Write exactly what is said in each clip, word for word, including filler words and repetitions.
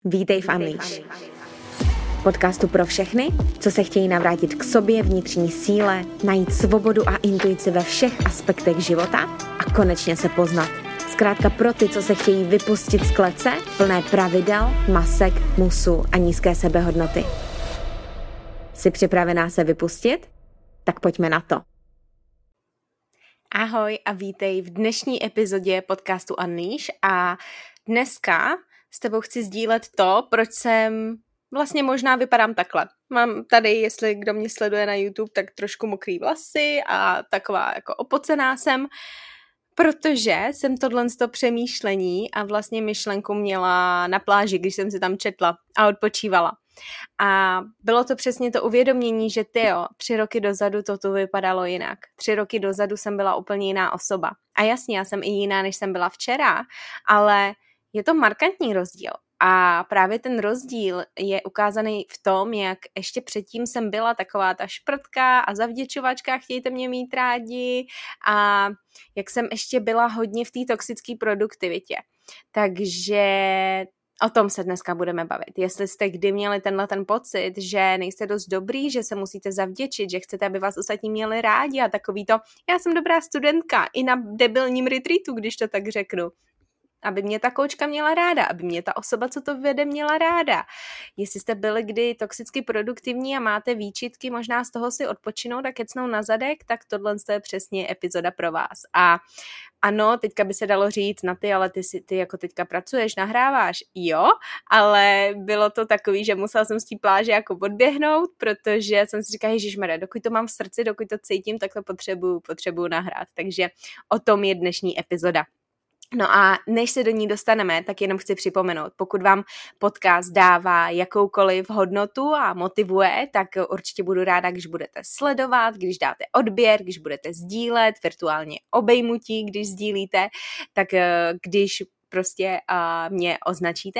Vítej v Unleash. Podcastu pro všechny, co se chtějí navrátit k sobě, vnitřní síle, najít svobodu a intuici ve všech aspektech života a konečně se poznat. Zkrátka pro ty, co se chtějí vypustit z klece, plné pravidel, masek, musu a nízké sebehodnoty. Jsi připravená se vypustit? Tak pojďme na to. Ahoj a vítej v dnešní epizodě podcastu Unleash a dneska s tebou chci sdílet to, proč jsem vlastně možná vypadám takhle. Mám tady, jestli kdo mě sleduje na YouTube, tak trošku mokrý vlasy a taková jako opocená jsem, protože jsem tohle z toho přemýšlení a vlastně myšlenku měla na pláži, když jsem si tam četla a odpočívala. A bylo to přesně to uvědomění, že tyjo, tři roky dozadu to tu vypadalo jinak. Tři roky dozadu jsem byla úplně jiná osoba. A jasně, já jsem i jiná, než jsem byla včera, ale je to markantní rozdíl. A právě ten rozdíl je ukázaný v tom, jak ještě předtím jsem byla taková ta šprtka a zavděčovačka, chtějte mě mít rádi, a jak jsem ještě byla hodně v té toxické produktivitě. Takže o tom se dneska budeme bavit. Jestli jste kdy měli tenhle ten pocit, že nejste dost dobrý, že se musíte zavděčit, že chcete, aby vás ostatní měli rádi a takový to, já jsem dobrá studentka i na debilním retreatu, když to tak řeknu. Aby mě ta koučka měla ráda, aby mě ta osoba, co to vede, měla ráda. Jestli jste byli kdy toxicky produktivní a máte výčitky, možná z toho si odpočinout a kecnout na zadek, tak tohle je přesně epizoda pro vás. A ano, teďka by se dalo říct na ty, ale ty, si, ty jako teďka pracuješ, nahráváš, jo, ale bylo to takový, že musela jsem z té pláže jako odběhnout, protože jsem si říkala, ježišmarja, dokud to mám v srdci, dokud to cítím, tak to potřebuju, potřebuju nahrát. Takže o tom je dnešní epizoda. No a než se do ní dostaneme, tak jenom chci připomenout, pokud vám podcast dává jakoukoliv hodnotu a motivuje, tak určitě budu ráda, když budete sledovat, když dáte odběr, když budete sdílet, virtuálně obejmutí, když sdílíte, tak když prostě uh, mě označíte.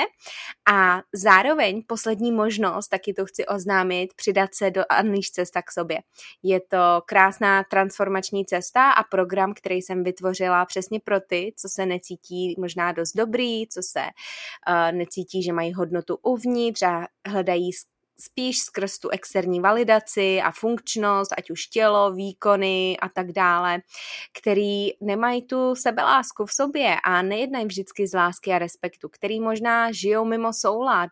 A zároveň poslední možnost, taky to chci oznámit, přidat se do Unleash cesta k sobě. Je to krásná transformační cesta a program, který jsem vytvořila přesně pro ty, co se necítí možná dost dobrý, co se uh, necítí, že mají hodnotu uvnitř a hledají spíš skrz tu externí validaci a funkčnost, ať už tělo, výkony a tak dále, který nemají tu sebelásku v sobě a nejednají vždycky z lásky a respektu, který možná žijou mimo soulad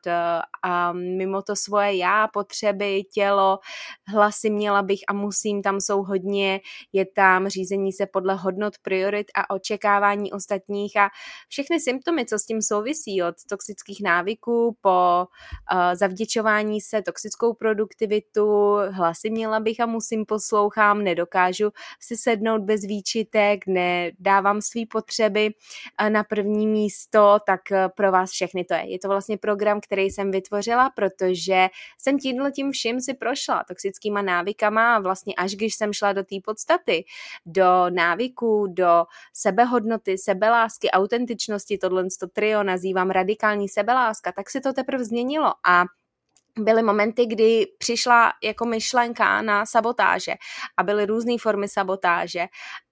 a mimo to svoje já, potřeby, tělo, hlasy měla bych a musím, tam jsou hodně, je tam řízení se podle hodnot, priorit a očekávání ostatních a všechny symptomy, co s tím souvisí, od toxických návyků po uh, zavděčování se, toxickou produktivitu, hlasy měla bych a musím, poslouchám, nedokážu si sednout bez výčitek, nedávám svý potřeby na první místo, tak pro vás všechny to je. Je to vlastně program, který jsem vytvořila, protože jsem tímhle tím vším si prošla toxickýma návykama a vlastně až když jsem šla do té podstaty, do návyků, do sebehodnoty, sebelásky, autentičnosti, tohle to trio nazývám radikální sebeláska, tak se to teprve změnilo a byly momenty, kdy přišla jako myšlenka na sabotáže a byly různé formy sabotáže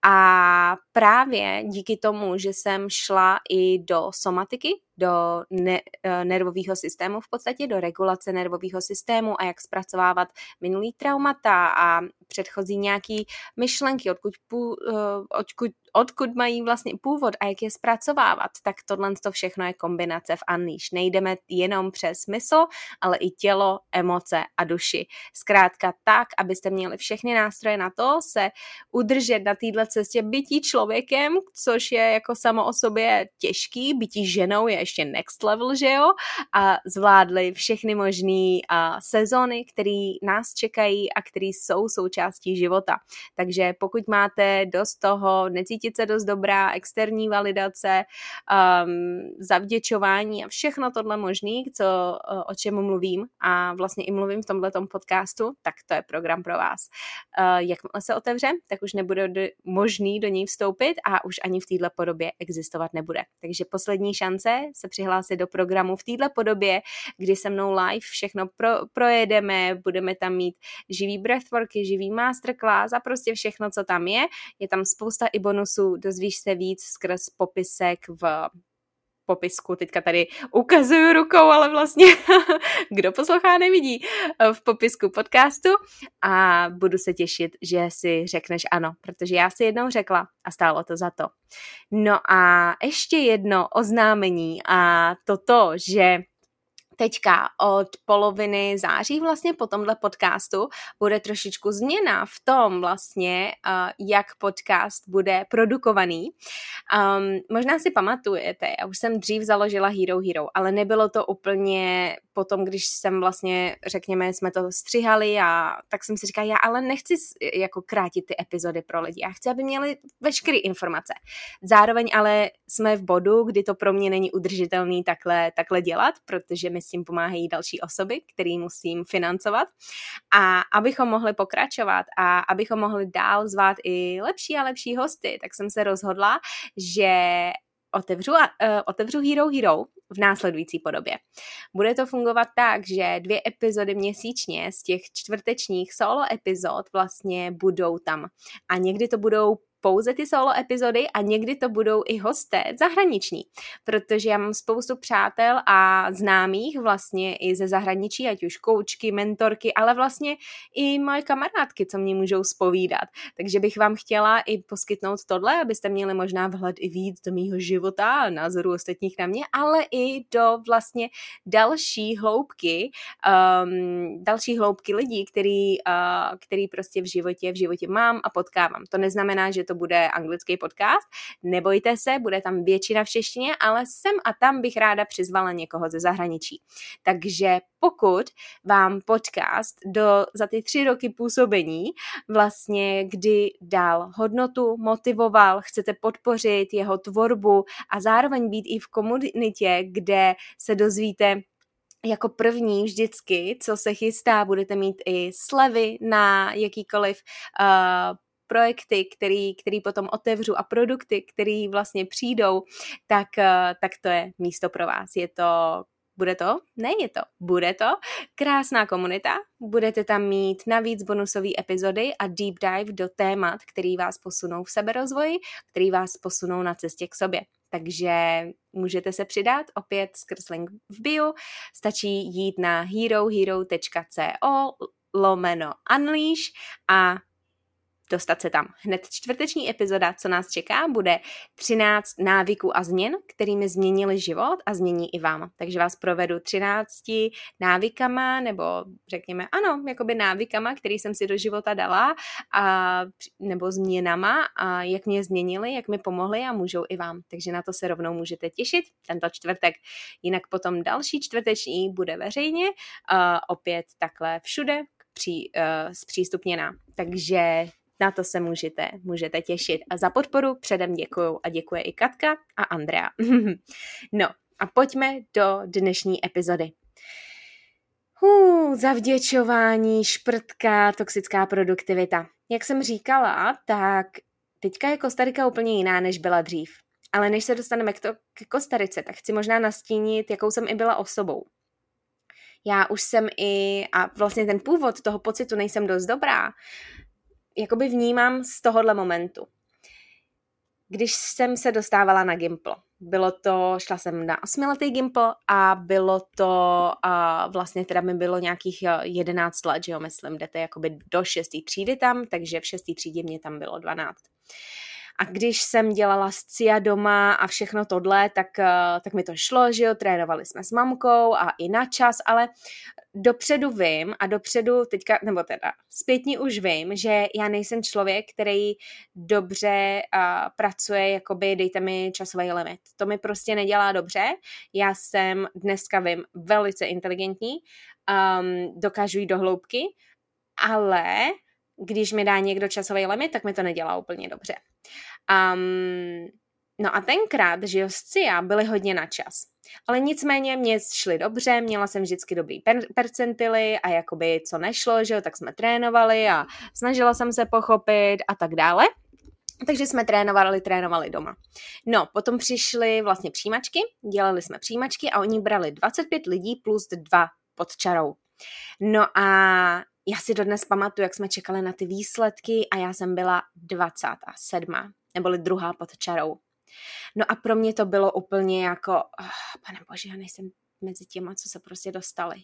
a právě díky tomu, že jsem šla i do somatiky, do ne- nervového systému v podstatě, do regulace nervového systému a jak zpracovávat minulý traumata a předchozí nějaký myšlenky, odkud, pů, odkud, odkud mají vlastně původ a jak je zpracovávat, tak tohle to všechno je kombinace v Unleash. Nejdeme jenom přes mysl, ale i tělo, emoce a duši. Zkrátka tak, abyste měli všechny nástroje na to se udržet na této cestě bytí člověkem, což je jako samo o sobě těžký, bytí ženou je ještě next level, že jo? A zvládli všechny možný uh, sezony, které nás čekají a které jsou součástí života. Takže pokud máte dost toho, necítit se dost dobrá, externí validace, um, zavděčování a všechno tohle možný, co, uh, o čem mluvím a vlastně i mluvím v tomhletom podcastu, tak to je program pro vás. Uh, jakmile se otevře, tak už nebude do, možný do něj vstoupit a už ani v této podobě existovat nebude. Takže poslední šance se přihlásit do programu v této podobě, kdy se mnou live všechno pro, projedeme, budeme tam mít živý breathworky, živý masterclass a prostě všechno, co tam je. Je tam spousta i bonusů, dozvíš se víc skrz popisek v popisku, teďka tady ukazuju rukou, ale vlastně kdo poslouchá, nevidí, v popisku podcastu a budu se těšit, že si řekneš ano, protože já si jednou řekla a stálo to za to. No a ještě jedno oznámení a to to, že teďka od poloviny září vlastně po tomhle podcastu bude trošičku změna v tom vlastně, uh, jak podcast bude produkovaný. Um, možná si pamatujete, já už jsem dřív založila Hero Hero, ale nebylo to úplně potom, když jsem vlastně, řekněme, jsme to střihali a tak jsem si říkala, já ale nechci jako krátit ty epizody pro lidi, já chci, aby měli veškeré informace. Zároveň ale jsme v bodu, kdy to pro mě není udržitelný takhle, takhle dělat, protože mi s tím pomáhají další osoby, který musím financovat. A abychom mohli pokračovat a abychom mohli dál zvát i lepší a lepší hosty, tak jsem se rozhodla, že otevřu, uh, otevřu Hero Hero v následující podobě. Bude to fungovat tak, že dvě epizody měsíčně z těch čtvrtečních solo epizod vlastně budou tam. A někdy to budou pouze ty solo epizody a někdy to budou i hosté zahraniční, protože já mám spoustu přátel a známých vlastně i ze zahraničí, ať už koučky, mentorky, ale vlastně i moje kamarádky, co mě můžou zpovídat. Takže bych vám chtěla i poskytnout tohle, abyste měli možná vhled i víc do mýho života a názoru ostatních na mě, ale i do vlastně další hloubky, um, další hloubky lidí, který, uh, který prostě v životě, v životě mám a potkávám. To neznamená, že to bude anglický podcast, nebojte se, bude tam většina v češtině, ale sem a tam bych ráda přizvala někoho ze zahraničí. Takže pokud vám podcast do, za ty tři roky působení vlastně kdy dal hodnotu, motivoval, chcete podpořit jeho tvorbu a zároveň být i v komunitě, kde se dozvíte jako první vždycky, co se chystá, budete mít i slevy na jakýkoliv uh, projekty, který, který potom otevřu a produkty, který vlastně přijdou, tak, tak to je místo pro vás. Je to, bude to? Ne, je to. Bude to krásná komunita, budete tam mít navíc bonusové epizody a deep dive do témat, který vás posunou v seberozvoji, který vás posunou na cestě k sobě. Takže můžete se přidat opět skrz link v bio, stačí jít na herohero.co lomeno unleash a dostat se tam. Hned čtvrteční epizoda, co nás čeká, bude třináct návyků a změn, kterými změnili život a změní i vám. Takže vás provedu třinácti návykama, nebo řekněme, ano, jakoby návykama, který jsem si do života dala, a, nebo změnama, a jak mě změnili, jak mi pomohli a můžou i vám. Takže na to se rovnou můžete těšit tento čtvrtek. Jinak potom další čtvrteční bude veřejně, a opět takhle všude pří, uh, zpřístupněná. Takže na to se můžete, můžete těšit. A za podporu předem děkuju a děkuje i Katka a Andrea. No a pojďme do dnešní epizody. Uh, zavděčování, šprtka, toxická produktivita. Jak jsem říkala, tak teďka je Kostarika úplně jiná, než byla dřív. Ale než se dostaneme k, to, k Kostarice, tak chci možná nastínit, jakou jsem i byla osobou. Já už jsem i, a vlastně ten původ toho pocitu nejsem dost dobrá, jakoby vnímám z tohohle momentu. Když jsem se dostávala na Gimpl, bylo to, šla jsem na osmiletý Gimpl a bylo to, a vlastně teda mi bylo nějakých jedenáct let, že jo, myslím, jdete jakoby do šestý třídy tam, takže v šestý třídě mě tam bylo dvanáct. A když jsem dělala scia doma a všechno tohle, tak, tak mi to šlo, že jo, trénovali jsme s mamkou a i na čas, ale dopředu vím a dopředu teďka, nebo teda zpětně už vím, že já nejsem člověk, který dobře uh, pracuje, jakoby dejte mi časový limit. To mi prostě nedělá dobře. Já jsem dneska vím velice inteligentní, um, dokážu jít do hloubky, ale když mi dá někdo časový limit, tak mi to nedělá úplně dobře. Um, no a tenkrát, že jo, scia byly hodně na čas. Ale nicméně mě šly dobře, měla jsem vždycky dobrý per- percentily a jakoby co nešlo, že jo, tak jsme trénovali a snažila jsem se pochopit a tak dále. Takže jsme trénovali, trénovali doma. No, potom přišly vlastně přijímačky, dělali jsme přijímačky a oni brali dvacet pět lidí plus dva pod čarou. No a já si dodnes pamatuju, jak jsme čekali na ty výsledky a já jsem byla dvacátá sedmá neboli druhá pod čarou. No a pro mě to bylo úplně jako, oh, pane bože, já nejsem mezi těma, co se prostě dostali.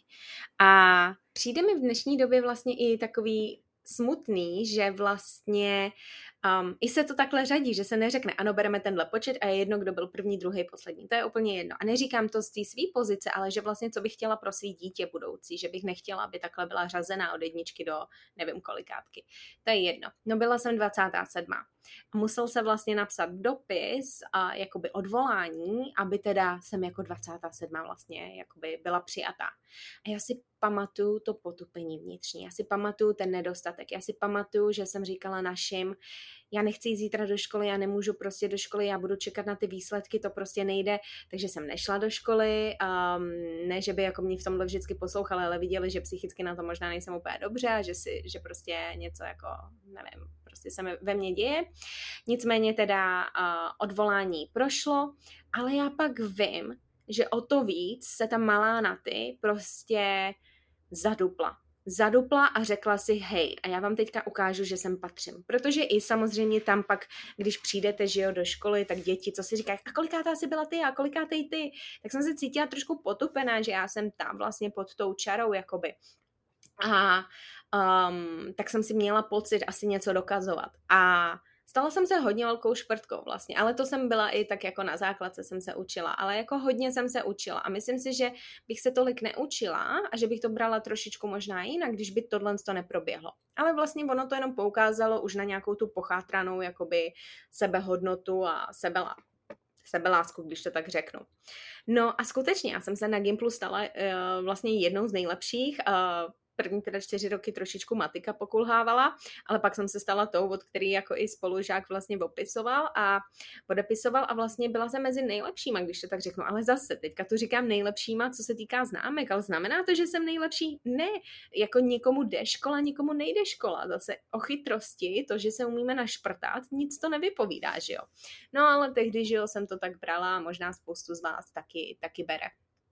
A přijde mi v dnešní době vlastně i takový smutný, že vlastně um, i se to takhle řadí, že se neřekne, ano, bereme tenhle počet a je jedno, kdo byl první, druhý, poslední. To je úplně jedno. A neříkám to z té své pozice, ale že vlastně co bych chtěla pro svý dítě budoucí, že bych nechtěla, aby takhle byla řazená od jedničky do nevím kolikátky. To je jedno. No byla jsem dvacátá sedmá A musel se vlastně napsat dopis a jakoby odvolání, aby teda jsem jako dvacátá sedmá vlastně jakoby byla přijatá. A já si pamatuju to potupení vnitřní, já si pamatuju ten nedostatek, já si pamatuju, že jsem říkala našim, já nechci jít zítra do školy, já nemůžu prostě do školy, já budu čekat na ty výsledky, to prostě nejde, takže jsem nešla do školy, um, ne, že by jako mě v tomhle vždycky poslouchali, ale viděli, že psychicky na to možná nejsem úplně dobře a že, si, že prostě něco jako, nevím, prostě se ve mně děje. Nicméně teda uh, odvolání prošlo, ale já pak vím, že o to víc se ta malá Naty prostě zadupla. Zadupla a řekla si, hej, a já vám teďka ukážu, že sem patřím. Protože i samozřejmě tam pak, když přijdete, že jo, do školy, tak děti, co si říkají, a kolikátá jsi byla ty a kolikátej ty, tak jsem se cítila trošku potupená, že já jsem tam vlastně pod tou čarou, jakoby. A um, tak jsem si měla pocit asi něco dokazovat. A stala jsem se hodně velkou šprtkou vlastně, ale to jsem byla i tak jako na základce jsem se učila, ale jako hodně jsem se učila a myslím si, že bych se tolik neučila a že bych to brala trošičku možná jinak, když by tohle to neproběhlo. Ale vlastně ono to jenom poukázalo už na nějakou tu pochátranou jakoby sebehodnotu a sebela, sebelásku, když to tak řeknu. No a skutečně já jsem se na Gimplu stala uh, vlastně jednou z nejlepších, uh, první teda čtyři roky trošičku matika pokulhávala, ale pak jsem se stala tou, od který jako i spolužák vlastně opisoval a podepisoval a vlastně byla jsem mezi nejlepšíma, když to tak řeknu, ale zase teďka tu říkám nejlepšíma, co se týká známek, ale znamená to, že jsem nejlepší? Ne, jako někomu jde škola, někomu nejde škola, zase o chytrosti, to, že se umíme našprtat, nic to nevypovídá, že jo. No ale tehdy, že jo, jsem to tak brala a možná spoustu z vás taky, taky bere.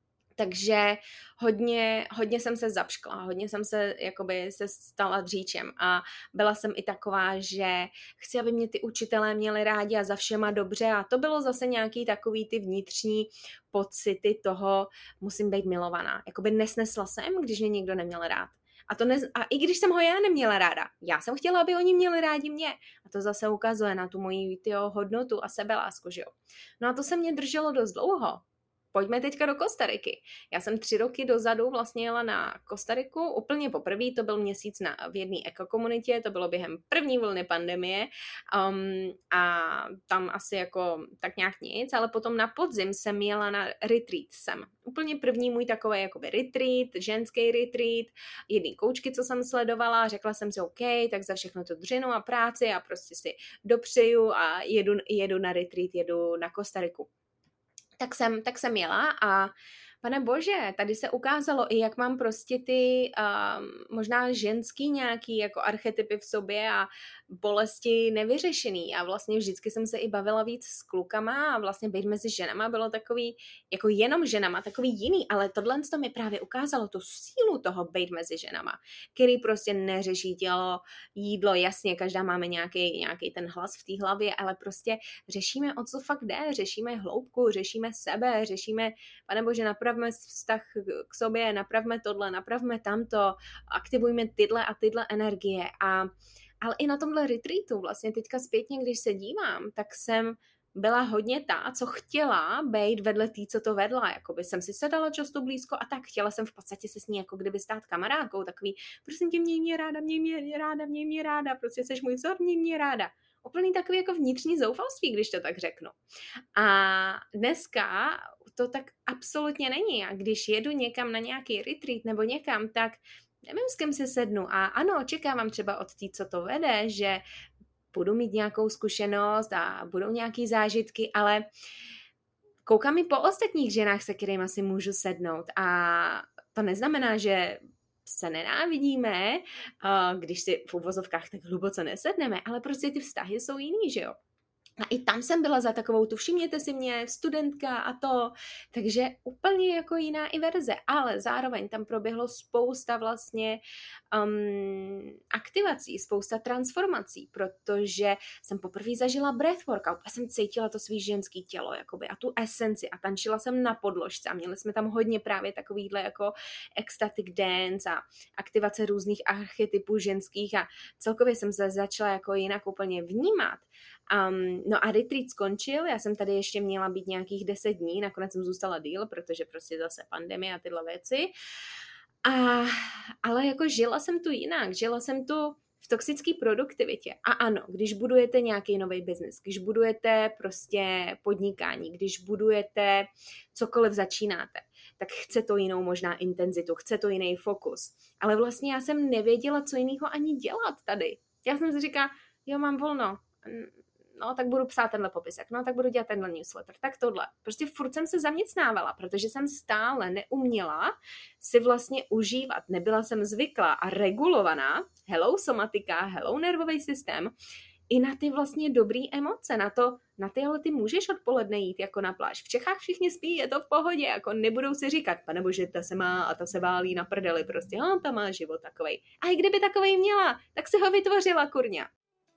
Takže hodně, hodně jsem se zapškla, hodně jsem se jakoby se stala dříčem a byla jsem i taková, že chci, aby mě ty učitelé měli rádi a za všema dobře a to bylo zase nějaký takový ty vnitřní pocity toho, musím být milovaná. Jakoby nesnesla jsem, když mě někdo neměl rád. A, to ne, a i když jsem ho já neměla ráda, já jsem chtěla, aby oni měli rádi mě. A to zase ukazuje na tu moji tyjo, hodnotu a sebelásku, že jo. No a to se mě drželo dost dlouho. Pojďme teďka do Kostariky. Já jsem tři roky dozadu vlastně jela na Kostariku, úplně poprvé, to byl měsíc na, v jedné ekokomunitě, to bylo během první vlny pandemie um, a tam asi jako tak nějak nic, ale potom na podzim jsem jela na retreat sem. Úplně první můj takový jakoby retreat, ženský retreat, jedný koučky, co jsem sledovala, řekla jsem si OK, tak za všechno to dřinu a práci a prostě si dopřeju a jedu, jedu na retreat, jedu na Kostariku. Tak jsem, tak jsem jela a pane bože, tady se ukázalo i, jak mám prostě ty um, možná ženský nějaký jako archetypy v sobě a bolesti nevyřešený a vlastně vždycky jsem se i bavila víc s klukama a vlastně být mezi ženama bylo takový, jako jenom ženama, takový jiný, ale tohle to mi právě ukázalo tu sílu toho být mezi ženama, který prostě neřeší tělo, jídlo, jasně, každá máme nějaký, nějaký ten hlas v té hlavě, ale prostě řešíme, o co fakt jde, řešíme hloubku, řešíme sebe, řešíme, pane bože, napravme vztah k sobě, napravme tohle, napravme tamto, aktivujme tyhle a tyhle energie a ale i na tomhle retreatu, vlastně teďka zpětně, když se dívám, tak jsem byla hodně ta, co chtěla být vedle tý, co to vedla, jakoby jsem si sedala často blízko a tak chtěla jsem v podstatě se s ní jako kdyby stát kamarádkou, takový, prosím tě, měj mě ráda, měj mě ráda, měj mě ráda, prostě seš můj vzor, měj mě ráda. Úplný takový jako vnitřní zoufalství, když to tak řeknu. A dneska to tak absolutně není. A když jedu někam na nějaký retreat nebo někam, tak nevím, s kým se sednu. A ano, očekávám třeba od tí, co to vede, že budu mít nějakou zkušenost a budou nějaký zážitky, ale koukám i po ostatních ženách, se kterými si můžu sednout. A to neznamená, že se nenávidíme, když si v uvozovkách tak hluboce nesedneme, ale prostě ty vztahy jsou jiný, že jo? A i tam jsem byla za takovou tu všimněte si mě, studentka a to, takže úplně jako jiná i verze, ale zároveň tam proběhlo spousta vlastně um, aktivací, spousta transformací, protože jsem poprvé zažila breathwork a úplně jsem cítila to svý ženský tělo jakoby, a tu esenci a tančila jsem na podložce a měli jsme tam hodně právě takovýhle jako ecstatic dance a aktivace různých archetypů ženských a celkově jsem se začala jako jinak úplně vnímat. Um, no a retreat skončil, já jsem tady ještě měla být nějakých deset dní, nakonec jsem zůstala díl, protože prostě zase pandemie a tyhle věci. A, ale jako žila jsem tu jinak, žila jsem tu v toxické produktivitě. A ano, když budujete nějaký nový biznis, když budujete prostě podnikání, když budujete cokoliv začínáte, tak chce to jinou možná intenzitu, chce to jiný fokus. Ale vlastně já jsem nevěděla, co jiného ani dělat tady. Já jsem si říkala, jo, mám volno, no, tak budu psát tenhle popisek, no, tak budu dělat tenhle newsletter, tak tohle. Prostě furt jsem se zaměstnávala, protože jsem stále neuměla si vlastně užívat. Nebyla jsem zvyklá a regulovaná, hello somatika, hello nervový systém, i na ty vlastně dobrý emoce, na to, na ty, ale ty můžeš odpoledne jít jako na pláž. V Čechách všichni spí, je to v pohodě, jako nebudou si říkat, panebože, ta se má a ta se válí na prdeli, prostě, no, ta má život takovej. A i kdyby takovej měla, tak si ho vytvořila, kurňa.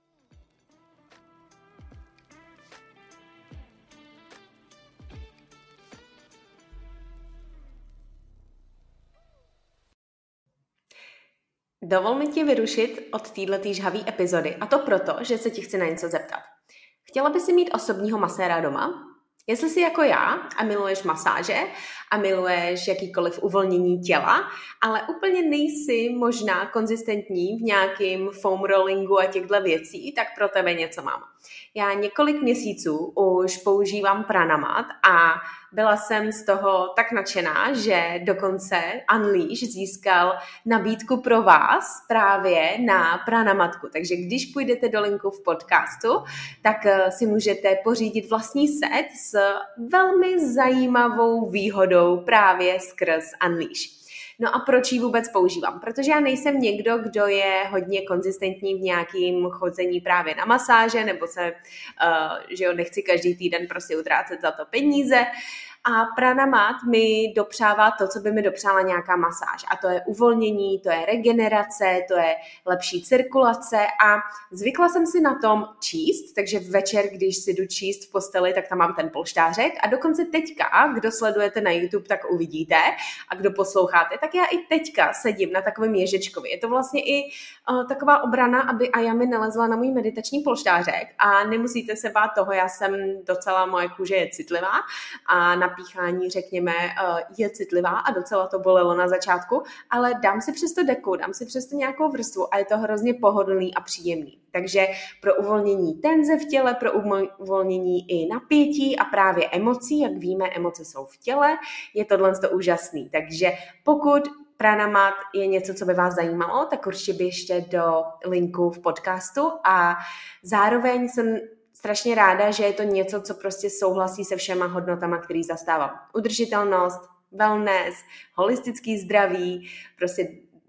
Dovol mi tě vyrušit od této žhavé epizody, a to proto, že se ti chci na něco zeptat. Chtěla by si mít osobního maséra doma? Jestli jsi jako já a miluješ masáže a miluješ jakýkoliv uvolnění těla, ale úplně nejsi možná konzistentní v nějakým foam rollingu a těchto věcí, tak pro tebe něco mám. Já několik měsíců už používám Pranamat a byla jsem z toho tak nadšená, že dokonce Unleash získal nabídku pro vás právě na Pranamatku. Takže když půjdete do linku v podcastu, tak si můžete pořídit vlastní set s velmi zajímavou výhodou právě skrz Unleash. No a proč ji vůbec používám? Protože já nejsem někdo, kdo je hodně konzistentní v nějakým chodzení právě na masáže, nebo se, uh, že jo, nechci každý týden prostě utrácet za to peníze. A Pranamat mi dopřává to, co by mi dopřála nějaká masáž. A to je uvolnění, to je regenerace, to je lepší cirkulace a zvykla jsem si na tom číst, takže večer, když si jdu číst v posteli, tak tam mám ten polštářek a dokonce teďka, kdo sledujete na YouTube, tak uvidíte a kdo posloucháte, tak já i teďka sedím na takovém ježečkovi. Je to vlastně i uh, taková obrana, aby Ayami nelezla na můj meditační polštářek a nemusíte se bát toho, já jsem docela, moje kůže je citlivá a na píchání, řekněme, je citlivá a docela to bolelo na začátku, ale dám si přesto deku, dám si přesto nějakou vrstvu a je to hrozně pohodlný a příjemný. Takže pro uvolnění tenze v těle, pro uvolnění i napětí a právě emocí, jak víme, emoce jsou v těle, je tohle úžasný. Takže pokud Pranamat je něco, co by vás zajímalo, tak určitě běžte do linku v podcastu a zároveň jsem strašně ráda, že je to něco, co prostě souhlasí se všema hodnotama, který zastávám. Udržitelnost, wellness, holistický zdraví, prostě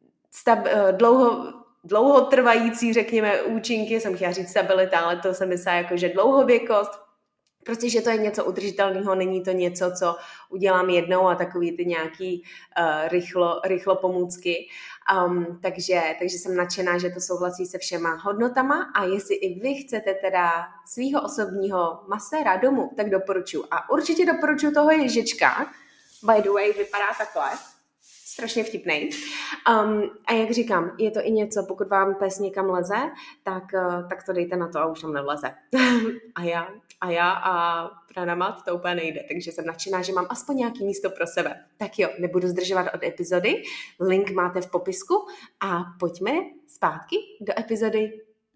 stab- dlouho, dlouhotrvající, řekněme, účinky, jsem chtěla říct stabilita, ale to se myslí jako, že dlouhověkost, prostě, že to je něco udržitelného, není to něco, co udělám jednou a takový ty nějaký uh, rychlo, rychlo pomůcky. Um, takže, takže jsem nadšená, že to souhlasí se všema hodnotama a jestli i vy chcete teda svýho osobního maséra domů, tak doporučuji. A určitě doporučuji toho ježička. By the way, vypadá takhle. Strašně vtipnej. Um, a jak říkám, je to i něco, pokud vám pes někam leze, tak, uh, tak to dejte na to a už tam nevleze. a já a já a Pranamat to úplně nejde, takže jsem nadšená, že mám aspoň nějaký místo pro sebe. Tak jo, nebudu zdržovat od epizody, link máte v popisku a pojďme zpátky do epizody.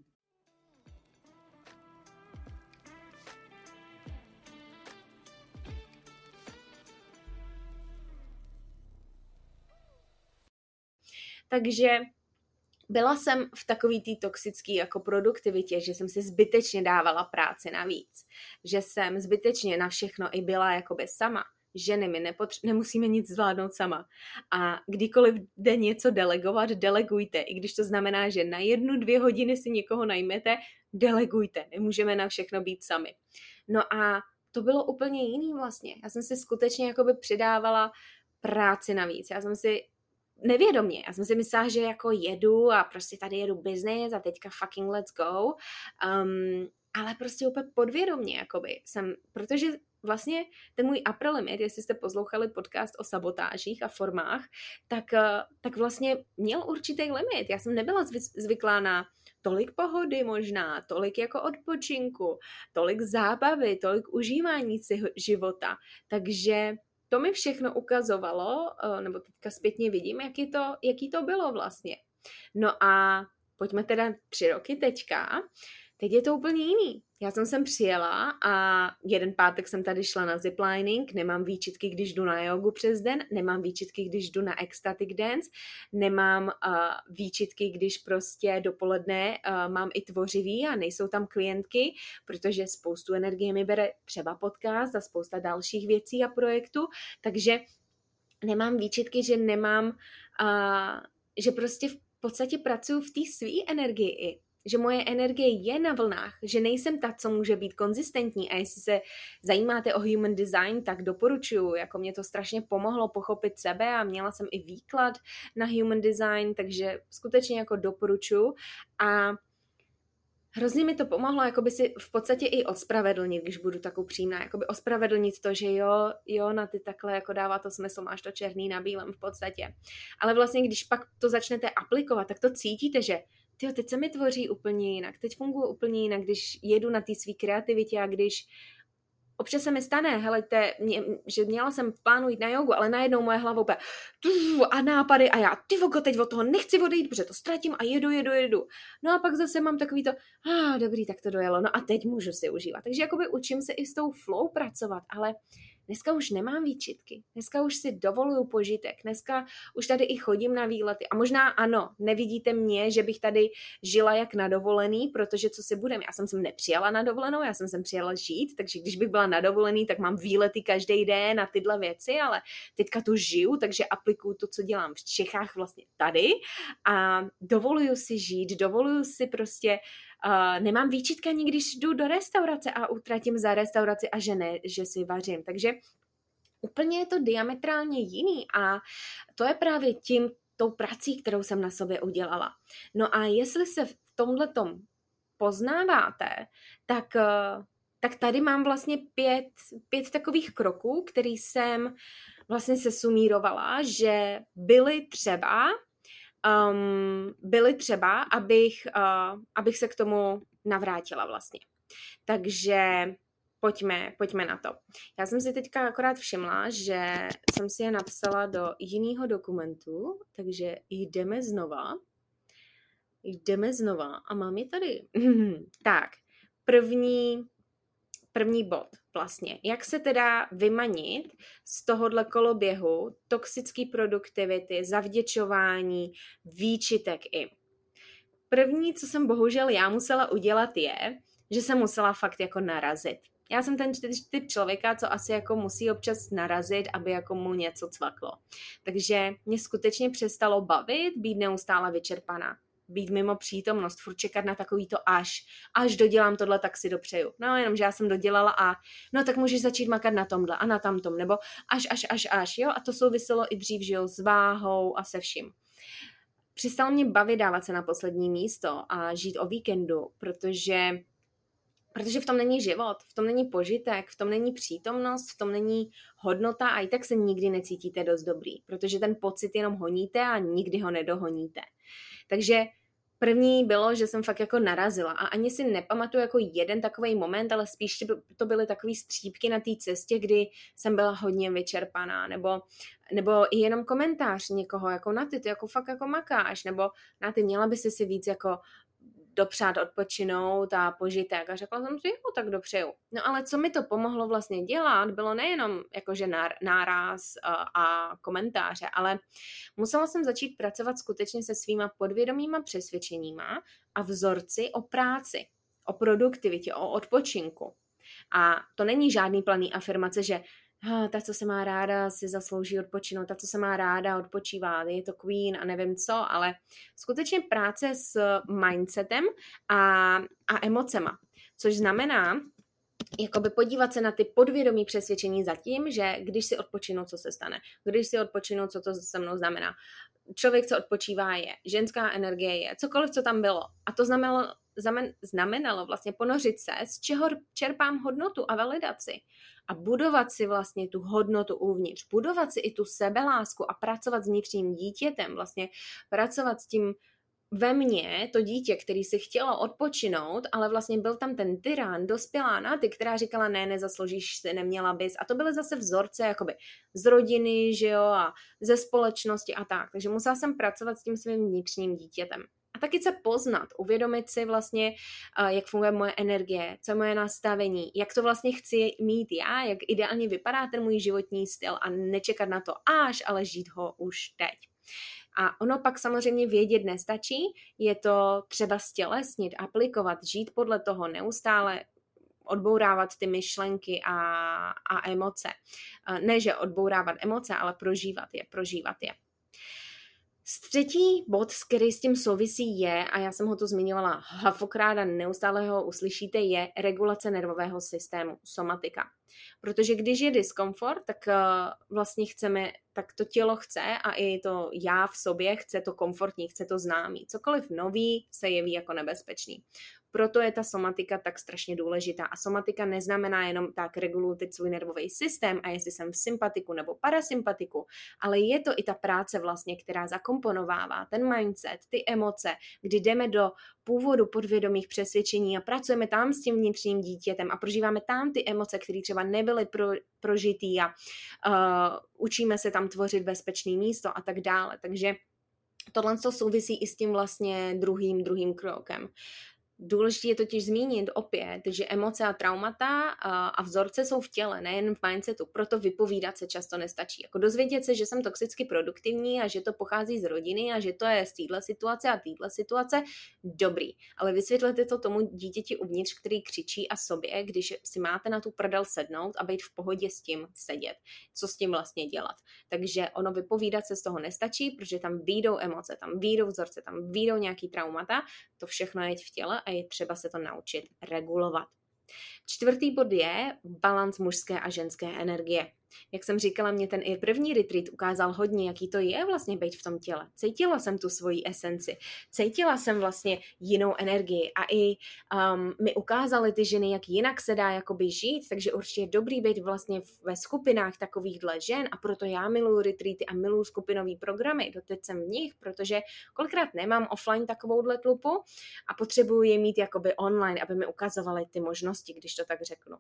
Takže byla jsem v takový té toxické jako produktivitě, že jsem si zbytečně dávala práci navíc, že jsem zbytečně na všechno i byla jakoby sama, ženy, my nepotř- nemusíme nic zvládnout sama. A kdykoliv jde něco delegovat, delegujte. I když to znamená, že na jednu, dvě hodiny si někoho najmete, delegujte. Nemůžeme na všechno být sami. No a to bylo úplně jiný vlastně. Já jsem si skutečně jakoby přidávala práci navíc. Já jsem si nevědomě, já jsem si myslela, že jako jedu a prostě tady jedu business a teďka fucking let's go. Um, ale prostě úplně podvědomě, jakoby jsem, protože vlastně ten můj upper limit, jestli jste poslouchali podcast o sabotážích a formách, tak, tak vlastně měl určitý limit. Já jsem nebyla zvyklá na tolik pohody možná, tolik jako odpočinku, tolik zábavy, tolik užívání si života. Takže to mi všechno ukazovalo, nebo teďka zpětně vidím, jaký to, jaký to bylo vlastně. No a pojďme teda tři roky teďka. Teď je to úplně jiný. Já jsem sem přijela a jeden pátek jsem tady šla na ziplining, nemám výčitky, když jdu na jogu přes den, nemám výčitky, když jdu na ecstatic dance, nemám uh, výčitky, když prostě dopoledne uh, mám i tvořivý a nejsou tam klientky, protože spoustu energie mi bere třeba podcast a spousta dalších věcí a projektů, takže nemám výčitky, že nemám, uh, že prostě v podstatě pracuji v té své energii, že moje energie je na vlnách, že nejsem ta, co může být konzistentní a jestli se zajímáte o human design, tak doporučuji, jako mě to strašně pomohlo pochopit sebe a měla jsem i výklad na human design, takže skutečně jako doporučuji a hrozně mi to pomohlo jakoby si v podstatě i ospravedlnit, když budu tak upřímná, jakoby ospravedlnit to, že jo, jo, na ty takhle jako dává to smysl, máš to černý na bílém v podstatě. Ale vlastně, když pak to začnete aplikovat, tak to cítíte, že tyjo, teď se mi tvoří úplně jinak, teď funguje úplně jinak, když jedu na té svý kreativitě a když občas se mi stane, helejte, mě, že měla jsem v plánu jít na jogu, ale najednou moje hlava úplně a nápady a já, ty vogo, teď od toho nechci odejít, protože to ztratím a jedu, jedu, jedu. No a pak zase mám takový to, ah, dobrý, tak to dojelo, no a teď můžu si užívat. Takže jakoby učím se i s tou flow pracovat, ale dneska už nemám výčitky, dneska už si dovoluju požitek, dneska už tady i chodím na výlety a možná ano, nevidíte mě, že bych tady žila jak na dovolený, protože co si budem, já jsem sem nepřijela na dovolenou, já jsem sem přijela žít, takže když bych byla na dovolený, tak mám výlety každý den na tyhle věci, ale teďka tu žiju, takže aplikuju to, co dělám v Čechách vlastně tady a dovoluju si žít, dovoluju si prostě Uh, nemám výčitky ani když jdu do restaurace a utratím za restauraci a že ne, že si vařím. Takže úplně je to diametrálně jiný a to je právě tím, tou prací, kterou jsem na sobě udělala. No a jestli se v tomhletom poznáváte, tak, uh, tak tady mám vlastně pět, pět takových kroků, který jsem vlastně se sumírovala, že byly třeba Um, byly třeba, abych, uh, abych se k tomu navrátila vlastně. Takže pojďme, pojďme na to. Já jsem si teďka akorát všimla, že jsem si je napsala do jiného dokumentu, takže jdeme znova. Jdeme znova a mám je tady. Tak, první... První bod vlastně. Jak se teda vymanit z tohohle koloběhu toxické produktivity, zavděčování, výčitek i. První, co jsem bohužel já musela udělat je, že jsem musela fakt jako narazit. Já jsem ten typ člověka, co asi jako musí občas narazit, aby jako mu něco cvaklo. Takže mě skutečně přestalo bavit, být neustále vyčerpaná. Být mimo přítomnost, furt čekat na takový to až, až dodělám tohle, tak si dopřeju. No jenom, že já jsem dodělala a no tak můžeš začít makat na tomhle a na tamtom, nebo až, až, až, až, jo, a to souviselo i dřív, že jo, s váhou a se vším. Přestalo mě bavit dávat se na poslední místo a žít o víkendu, protože Protože v tom není život, v tom není požitek, v tom není přítomnost, v tom není hodnota a i tak se nikdy necítíte dost dobrý, protože ten pocit jenom honíte a nikdy ho nedohoníte. Takže první bylo, že jsem fakt jako narazila a ani si nepamatuju jako jeden takový moment, ale spíš to byly takový střípky na té cestě, kdy jsem byla hodně vyčerpaná, nebo, nebo i jenom komentář někoho, jako na ty, ty jako fakt jako makáš, nebo na ty, měla by si si víc jako dopřát odpočinout a požitek. A řekla jsem si, jo, tak dopřeju. No ale co mi to pomohlo vlastně dělat, bylo nejenom jakože náraz a, a komentáře, ale musela jsem začít pracovat skutečně se svýma podvědomýma přesvědčeníma a vzorci o práci, o produktivitě, o odpočinku. A to není žádný planý afirmace, že ah, ta, co se má ráda, si zaslouží odpočinout, ta, co se má ráda, odpočívá, je to queen a nevím co, ale skutečně práce s mindsetem a, a emocema, což znamená, jakoby podívat se na ty podvědomí přesvědčení za tím, že když si odpočinu, co se stane. Když si odpočinu, co to se mnou znamená. Člověk, co odpočívá, je. Ženská energie je. Cokoliv, co tam bylo. A to znamenalo, znamenalo vlastně ponořit se, z čeho čerpám hodnotu a validaci. A budovat si vlastně tu hodnotu uvnitř. Budovat si i tu sebelásku a pracovat s vnitřním dítětem. Vlastně pracovat s tím ve mně, to dítě, který si chtělo odpočinout, ale vlastně byl tam ten tyran, dospělá Naty, která říkala, ne, nezasloužíš si, neměla bys. A to byly zase vzorce jakoby z rodiny, že jo, a ze společnosti a tak. Takže musela jsem pracovat s tím svým vnitřním dítětem. A taky se poznat, uvědomit si vlastně, jak funguje moje energie, co je moje nastavení, jak to vlastně chci mít já, jak ideálně vypadá ten můj životní styl a nečekat na to až, ale žít ho už teď. A ono pak samozřejmě vědět nestačí, je to třeba stělesnit, aplikovat, žít podle toho, neustále odbourávat ty myšlenky a, a emoce. Ne, že odbourávat emoce, ale prožívat je, prožívat je. Třetí bod, který s tím souvisí je, a já jsem ho tu zmiňovala hafokrát a neustále ho uslyšíte, je regulace nervového systému, somatika. Protože když je diskomfort, tak uh, vlastně chceme, tak to tělo chce a i to já v sobě chce to komfortní, chce to známý. Cokoliv nový se jeví jako nebezpečný. Proto je ta somatika tak strašně důležitá. A somatika neznamená jenom tak reguluji teď svůj nervový systém a jestli jsem v sympatiku nebo parasympatiku, ale je to i ta práce vlastně, která zakomponovává ten mindset, ty emoce, kdy jdeme do původu podvědomých přesvědčení a pracujeme tam s tím vnitřním dítětem a prožíváme tam ty emoce, které třeba nebyly pro, prožitý a uh, učíme se tam tvořit bezpečné místo a tak dále. Takže tohle souvisí i s tím vlastně druhým, druhým krokem. Důležité je totiž zmínit opět, že emoce a traumata a vzorce jsou v těle, nejen v mindsetu, proto vypovídat se často nestačí. Jako dozvědět se, že jsem toxicky produktivní a že to pochází z rodiny a že to je z téhle situace a téhle situace, dobrý. Ale vysvětlete to tomu dítěti uvnitř, který křičí a sobě, když si máte na tu prdel sednout a být v pohodě s tím sedět. Co s tím vlastně dělat. Takže ono vypovídat se z toho nestačí, protože tam výjdou emoce, tam výjdou vzorce, tam výjdou nějaký traumata, to všechno je v těle a je třeba se to naučit regulovat. Čtvrtý bod je balans mužské a ženské energie. Jak jsem říkala, mě ten i první retreat ukázal hodně, jaký to je vlastně být v tom těle. Cítila jsem tu svoji esenci, cítila jsem vlastně jinou energii a i um, mi ukázaly ty ženy, jak jinak se dá jakoby žít, takže určitě je dobrý být vlastně ve skupinách takovýchhle žen a proto já miluju retreaty a miluju skupinový programy, doteď jsem v nich, protože kolikrát nemám offline takovouhle tlupu a potřebuju je mít jakoby online, aby mi ukazovaly ty možnosti, když to tak řeknu.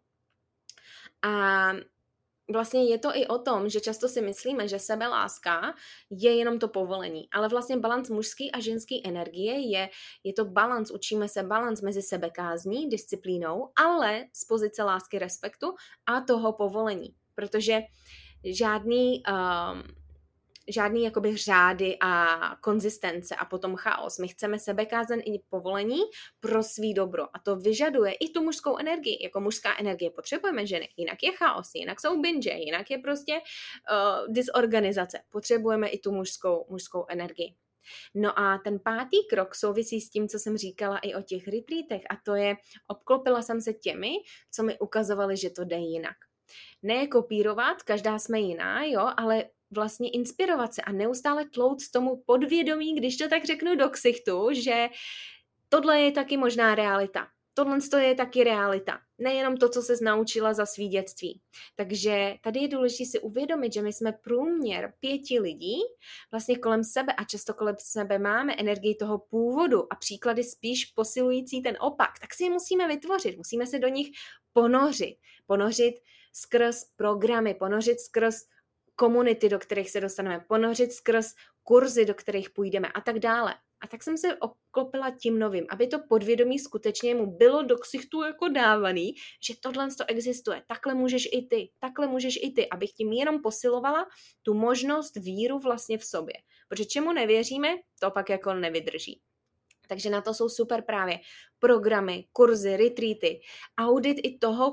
A vlastně je to i o tom, že často si myslíme, že sebeláska je jenom to povolení, ale vlastně balans mužské a ženské energie je, je to balans, učíme se balans mezi sebekázní, disciplínou, ale z pozice lásky, respektu a toho povolení, protože žádný... Um, žádný jakoby řády a konzistence a potom chaos. My chceme sebekázen i povolení pro svý dobro a to vyžaduje i tu mužskou energii. Jako mužská energie potřebujeme ženy, jinak je chaos, jinak jsou binge, jinak je prostě uh, disorganizace. Potřebujeme i tu mužskou, mužskou energii. No a ten pátý krok souvisí s tím, co jsem říkala i o těch retreatech a to je, obklopila jsem se těmi, co mi ukazovali, že to jde jinak. Ne kopírovat, každá jsme jiná, jo, ale vlastně inspirovat se a neustále tlouct tomu podvědomí, když to tak řeknu do ksichtu, že tohle je taky možná realita. Tohle je taky realita. Nejenom to, co se naučila za svý dětství. Takže tady je důležité si uvědomit, že my jsme průměr pěti lidí vlastně kolem sebe a často kolem sebe máme energii toho původu a příklady spíš posilující ten opak. Tak si je musíme vytvořit, musíme se do nich ponořit. Ponořit skrz programy, ponořit skrz komunity, do kterých se dostaneme, ponořit skrz kurzy, do kterých půjdeme a tak dále. A tak jsem se obklopila tím novým, aby to podvědomí skutečně mu bylo do ksichtu jako dávaný, že tohle to existuje. Takhle můžeš i ty, takhle můžeš i ty, abych tím jenom posilovala tu možnost víru vlastně v sobě. Protože čemu nevěříme, to pak jako nevydrží. Takže na to jsou super právě programy, kurzy, retreaty, audit i toho,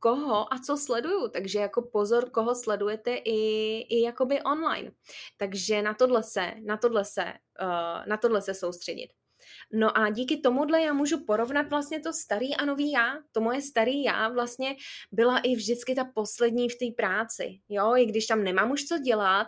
koho a co sleduju, takže jako pozor, koho sledujete i, i jakoby online. Takže na tohle se, na tohle se, uh, na tohle se soustředit. No a díky tomuhle já můžu porovnat vlastně to starý a nový já. To moje starý já vlastně byla i vždycky ta poslední v té práci, jo, i když tam nemám už co dělat,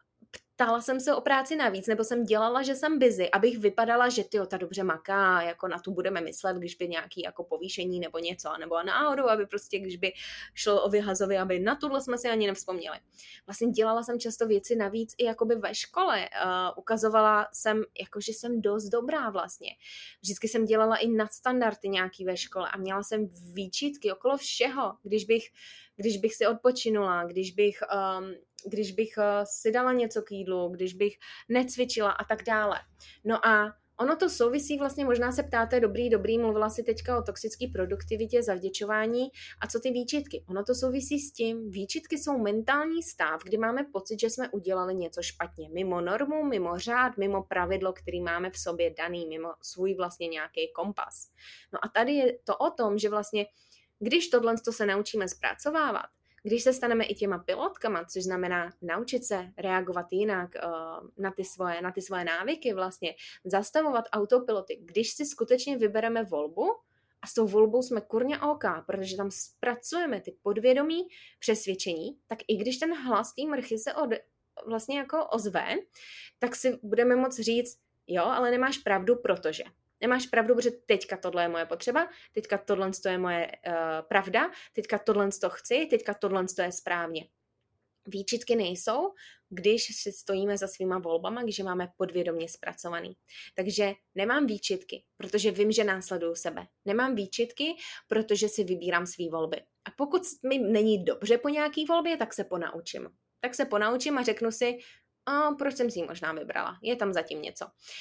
ptala jsem se o práci navíc, nebo jsem dělala, že jsem busy, abych vypadala, že tyjo, ta dobře maká, jako na tu budeme myslet, když by nějaký jako povýšení nebo něco, nebo náhodou, aby prostě, když by šlo o vyhazovi, aby na tohle jsme si ani nevzpomněli. Vlastně dělala jsem často věci navíc i jakoby ve škole. Uh, ukazovala jsem, jako že jsem dost dobrá vlastně. Vždycky jsem dělala i nadstandardy nějaký ve škole a měla jsem výčitky okolo všeho, když bych, když bych si odpočinula, když bych... Um, když bych si dala něco k jídlu, když bych necvičila a tak dále. No a ono to souvisí vlastně, možná se ptáte, dobrý, dobrý, mluvila si teďka o toxické produktivitě, zavděčování a co ty výčitky? Ono to souvisí s tím, výčitky jsou mentální stav, kdy máme pocit, že jsme udělali něco špatně, mimo normu, mimo řád, mimo pravidlo, který máme v sobě daný, mimo svůj vlastně nějaký kompas. No a tady je to o tom, že vlastně, když tohle se naučíme zpracovávat, když se staneme i těma pilotkama, což znamená naučit se reagovat jinak uh, na, ty svoje, na ty svoje návyky vlastně, zastavovat autopiloty, když si skutečně vybereme volbu a s tou volbou jsme kurně OK, protože tam zpracujeme ty podvědomí přesvědčení, tak i když ten hlas té mrchy se od, vlastně jako ozve, tak si budeme moct říct, jo, ale nemáš pravdu, protože... Nemáš pravdu, protože teďka tohle je moje potřeba, teďka tohle je moje uh, pravda, teďka tohle to chci, teďka tohle je správně. Výčitky nejsou, když si stojíme za svýma volbama, když máme podvědomě zpracovaný. Takže nemám výčitky, protože vím, že následuju sebe. Nemám výčitky, protože si vybírám svý volby. A pokud mi není dobře po nějaký volbě, tak se ponaučím. Tak se ponaučím a řeknu si, a proč jsem si ji možná vybrala? Je tam zatím něco.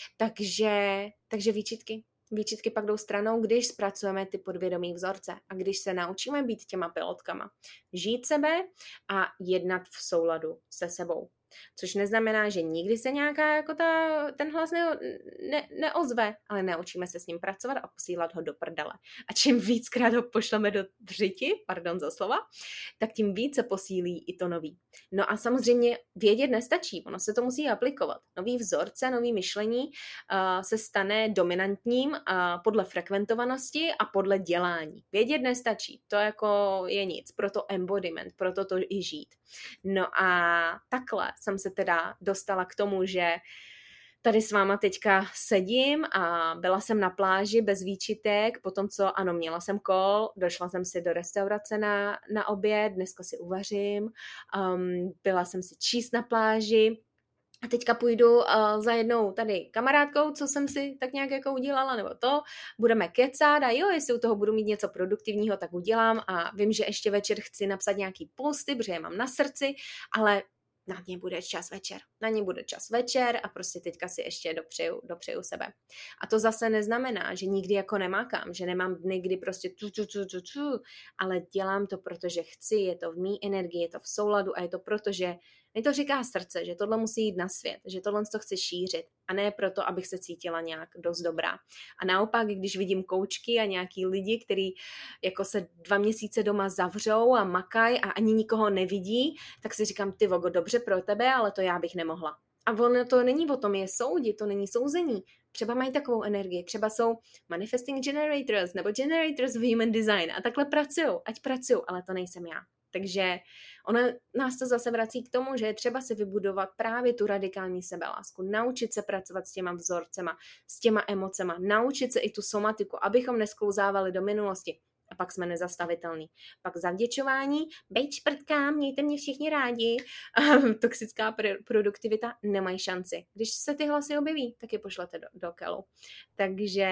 Takže, takže výčitky. Výčitky pak jdou stranou, když zpracujeme ty podvědomí vzorce a když se naučíme být těma pilotkama. Žít sebe a jednat v souladu se sebou. Což neznamená, že nikdy se nějaká jako ta, ten hlas ne, ne, neozve, ale naučíme se s ním pracovat a posílat ho do prdele. A čím víckrát ho pošleme do dřiti, pardon za slova, tak tím více posílí i to nový. No a samozřejmě vědět nestačí, ono se to musí aplikovat. Nový vzorce, nový myšlení uh, se stane dominantním uh, podle frekventovanosti a podle dělání. Vědět nestačí, to jako je nic, proto embodiment, proto to i žít. No a takhle jsem se teda dostala k tomu, že tady s váma teďka sedím a byla jsem na pláži bez výčitek, potom co, ano, měla jsem kol, došla jsem si do restaurace na, na oběd, dneska si uvařím, um, byla jsem si číst na pláži, a teďka půjdu uh, za jednou tady kamarádkou, co jsem si tak nějak jako udělala, nebo to, budeme kecat a jo, jestli u toho budu mít něco produktivního, tak udělám a vím, že ještě večer chci napsat nějaký posty, protože je mám na srdci, ale na ně bude čas večer. Na ně bude čas večer a prostě teďka si ještě dopřeju, dopřeju sebe. A to zase neznamená, že nikdy jako nemakám, že nemám dny, kdy prostě tu, tu, tu, tu, tu, ale dělám to, protože chci, je to v mý energii, je to v souladu a je to proto, že mi to říká srdce, že tohle musí jít na svět, že tohle to chci šířit a ne proto, abych se cítila nějak dost dobrá. A naopak, když vidím koučky a nějaký lidi, kteří jako se dva měsíce doma zavřou a makají a ani nikoho nevidí, tak si říkám, ty vogo, dobře pro tebe, ale to já bych nemohla. A ono to není o tom je soudit, to není souzení. Třeba mají takovou energii, třeba jsou manifesting generators nebo generators v human design a takhle pracují, ať pracují, ale to nejsem já. Takže ono nás to zase vrací k tomu, že je třeba si vybudovat právě tu radikální sebelásku, naučit se pracovat s těma vzorcema, s těma emocema, naučit se i tu somatiku, abychom nesklouzávali do minulosti. A pak jsme nezastavitelní. Pak zavděčování, bejt šprtka, mějte mě všichni rádi, a toxická pr- produktivita nemají šanci. Když se ty hlasy objeví, tak je pošlete do, do kelu. Takže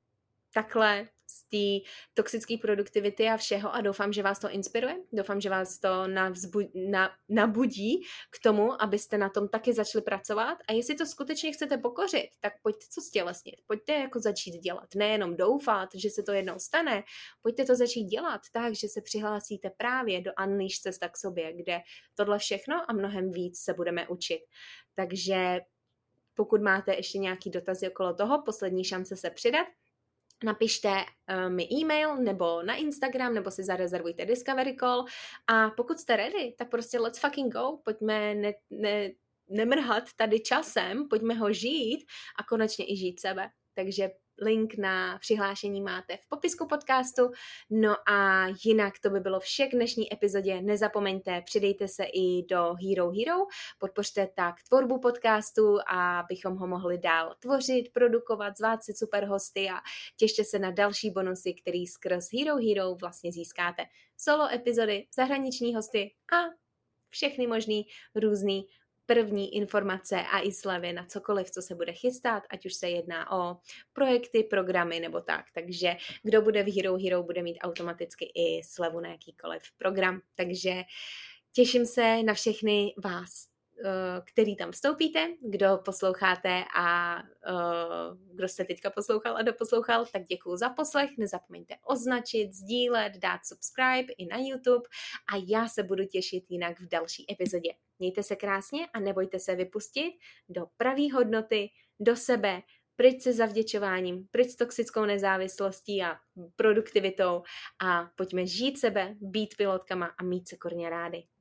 takhle z té toxické produktivity a všeho a doufám, že vás to inspiruje, doufám, že vás to navzbu- na, nabudí k tomu, abyste na tom taky začali pracovat a jestli to skutečně chcete pokořit, tak pojďte to stělesnit, pojďte jako začít dělat, nejenom doufat, že se to jednou stane, pojďte to začít dělat tak, že se přihlásíte právě do Unleash cesta k sobě, kde tohle všechno a mnohem víc se budeme učit. Takže pokud máte ještě nějaký dotazy okolo toho, poslední šance se přidat, napište uh, mi e-mail nebo na Instagram, nebo si zarezervujte Discovery Call a pokud jste ready, tak prostě let's fucking go, pojďme ne, ne, nemrhat tady časem, pojďme ho žít a konečně i žít sebe. Takže link na přihlášení máte v popisku podcastu. No a jinak to by bylo vše k dnešní epizodě. Nezapomeňte, přidejte se i do Hero Hero, podpořte tak tvorbu podcastu, abychom ho mohli dál tvořit, produkovat, zvát si super hosty a těšte se na další bonusy, který skrz Hero Hero vlastně získáte. Solo epizody, zahraniční hosty a všechny možný různý první informace a i slevy na cokoliv, co se bude chystat, ať už se jedná o projekty, programy nebo tak. Takže kdo bude v Hero Hero, bude mít automaticky i slevu na jakýkoliv program. Takže těším se na všechny vás, který tam vstoupíte, kdo posloucháte a uh, kdo jste teďka poslouchal a doposlouchal, tak děkuju za poslech, nezapomeňte označit, sdílet, dát subscribe i na YouTube a já se budu těšit jinak v další epizodě. Mějte se krásně a nebojte se vypustit do pravý hodnoty, do sebe, pryč se zavděčováním, pryč s toxickou nezávislostí a produktivitou a pojďme žít sebe, být pilotkama a mít se korně rády.